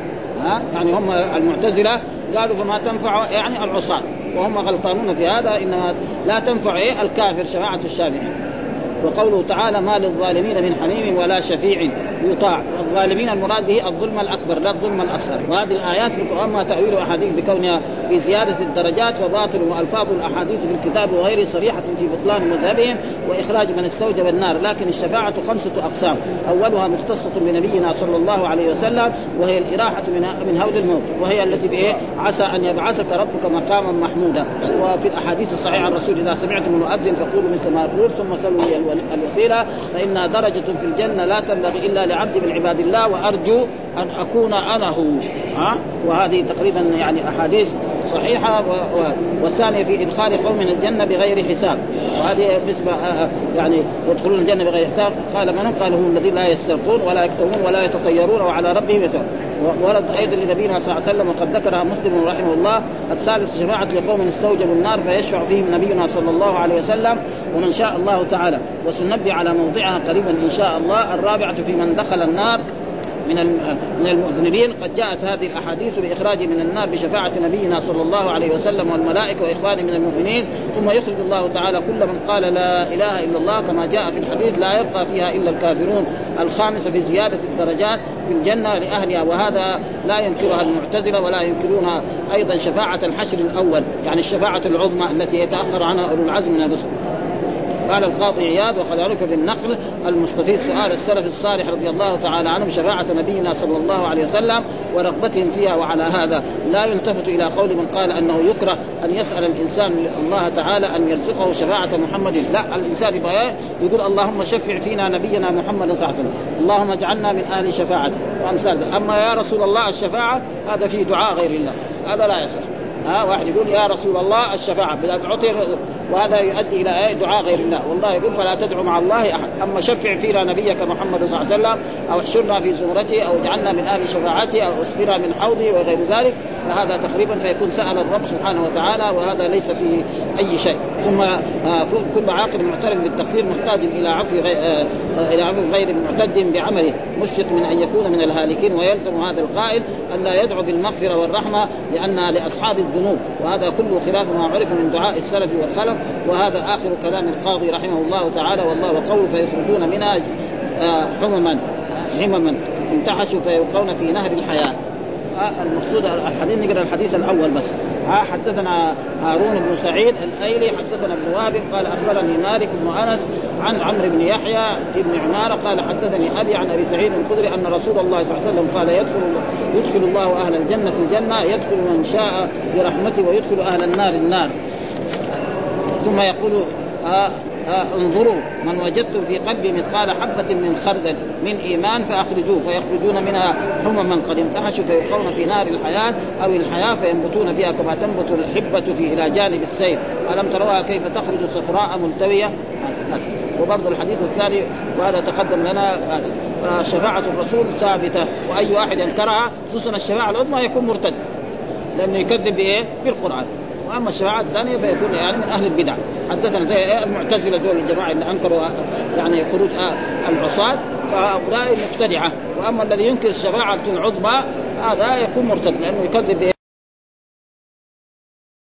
يعني هم المعتزلة قالوا فما تنفع يعني العصاة، وهم غلطانون في هذا، إنما لا تنفع الكافر شفاعة الشافعين. وقوله تعالى ما للظالمين من حميم ولا شفيع يطاع. الظالمين المراد به الظلم الأكبر لا الظلم الأصغر. وهذه الآيات في القرآن ما تأويل أحاديث بكونها في زيادة الدرجات فباطل، وألفاظ الأحاديث في الكتاب وغيره صريحة في بطلان مذهبهم وإخراج من استوجب النار. لكن الشفاعة 5 أقسام: أولها مختصة بنبينا صلى الله عليه وسلم وهي الإراحة من هول الموت، وهي التي عسى أن يبعثك ربك مقاما محمودا. وفي الأحاديث الصحيحة عن الرسول إذا سمعتم المؤذن فقولوا مثل ما يقول ثم صلوا لي الوسيلة فإنها درجة في الجنة لا تنبغي إلا لعبد من عباد الله وأرجو أن أكون أنا هو. وهذه تقريبا يعني أحاديث صحيحة. والثانية في إدخال قوم من الجنة بغير حساب، وهذه بالنسبة يعني يدخلون الجنة بغير حساب. قال من؟ قال هم الذين لا يسترقون ولا يكتمون ولا يتطيرون وعلى ربهم يتوكلون. ورد أيضا لنبينا صلى الله عليه وسلم وقد ذكرها مسلم رحمه الله: الثالث شفاعة لقوم استوجبوا النار فيشفع فيهم نبينا صلى الله عليه وسلم ومن شاء الله تعالى، وسنبي على موضعها قريبا إن شاء الله. الرابعة في من دخل النار من المذنبين. قد جاءت هذه الأحاديث بإخراج من النار بشفاعة نبينا صلى الله عليه وسلم والملائكة وإخوانه من المؤمنين، ثم يخرج الله تعالى كل من قال لا إله إلا الله كما جاء في الحديث لا يبقى فيها إلا الكافرون. الخامسة في زيادة الدرجات في الجنة لأهلها، وهذا لا ينكرها المعتزلة ولا ينكرونها أيضا شفاعة الحشر الأول، يعني الشفاعة العظمى التي يتأخر عنها أولو العزم من الرسل. قال القاضي عياض وقد عرف بالنقل المستفيد سؤال السلف الصالح رضي الله تعالى عنهم شفاعة نبينا صلى الله عليه وسلم ورغبتهم فيها. وعلى هذا لا يلتفت إلى قول من قال أنه يكره أن يسأل الإنسان الله تعالى أن يرزقه شفاعة محمد. لا، الإنسان يقول اللهم شفع فينا نبينا محمد صلى الله عليه وسلم، اللهم اجعلنا من أهل شفاعته وأمثال ذلك. أما يا رسول الله الشفاعة هذا فيه دعاء غير الله، هذا لا يصح. واحد يقول يا رسول الله الشفاعة وهذا يؤدي إلى دعاء غير الله، والله يقول فلا تدعو مع الله أحد. أما شفع فينا نبيك محمد صلى الله عليه وسلم أو احشرنا في زمرته أو اجعلنا من أهل شفاعته أو اسقنا من حوضه وغير ذلك، فهذا تقريبا فيكون سأل الرب سبحانه وتعالى، وهذا ليس فيه أي شيء. ثم كل عاقل معترف بالتكفير محتاج إلى عفو غير معتد بعمله مشفق من أن يكون من الهالكين. ويلزم هذا القائل أن لا يدعو بالمغفرة والرحمة لأنها لأصحاب الذنوب، وهذا كله خلاف ما عرف من دعاء السلف والخلف. وهذا آخر كلام القاضي رحمه الله تعالى. والله وقوله فيخرجون منها حمما انتحشوا فيلقون في نهر الحياة. المقصود الحديث نقرأ الحديث الأول بس. حدثنا هارون بن سعيد الأيلي حدثنا ابن وهب قال أخبرني مالك بن أنس عن عمرو بن يحيى بن عمارة قال حدثني أبي عن أبي سعيد الخدري أن رسول الله صلى الله عليه وسلم قال يدخل الله أهل الجنة الجنة، يدخل من شاء برحمته ويدخل أهل النار النار. ثم يقول انظروا من وجدتم في قلبه مثقال حبة من خردل من إيمان فأخرجوه فيخرجون منها حمما قد امتحشوا فيلقون في نار الحياة أو الحياة فينبتون فيها كما تنبت الحبة في إلى جانب السيل ألم تروها كيف تخرج صفراء ملتوية. وبرضو الحديث الثاني وهذا تقدم لنا شفاعة الرسول ثابتة وأي واحد انكرها خصوصا الشفاعة العظمى يكون مرتد لأنه يكذب بإيه بالقرآن. وأما الشفاعة الثانية فيكون يعني من أهل البدع. حدثنا زي المعتزلة دول الجماعة اللي أنكروا يعني خروج العصاة فهؤلاء مبتدعة. وأما الذي ينكر الشفاعة العظمى هذا يكون مرتد لأنه يكذب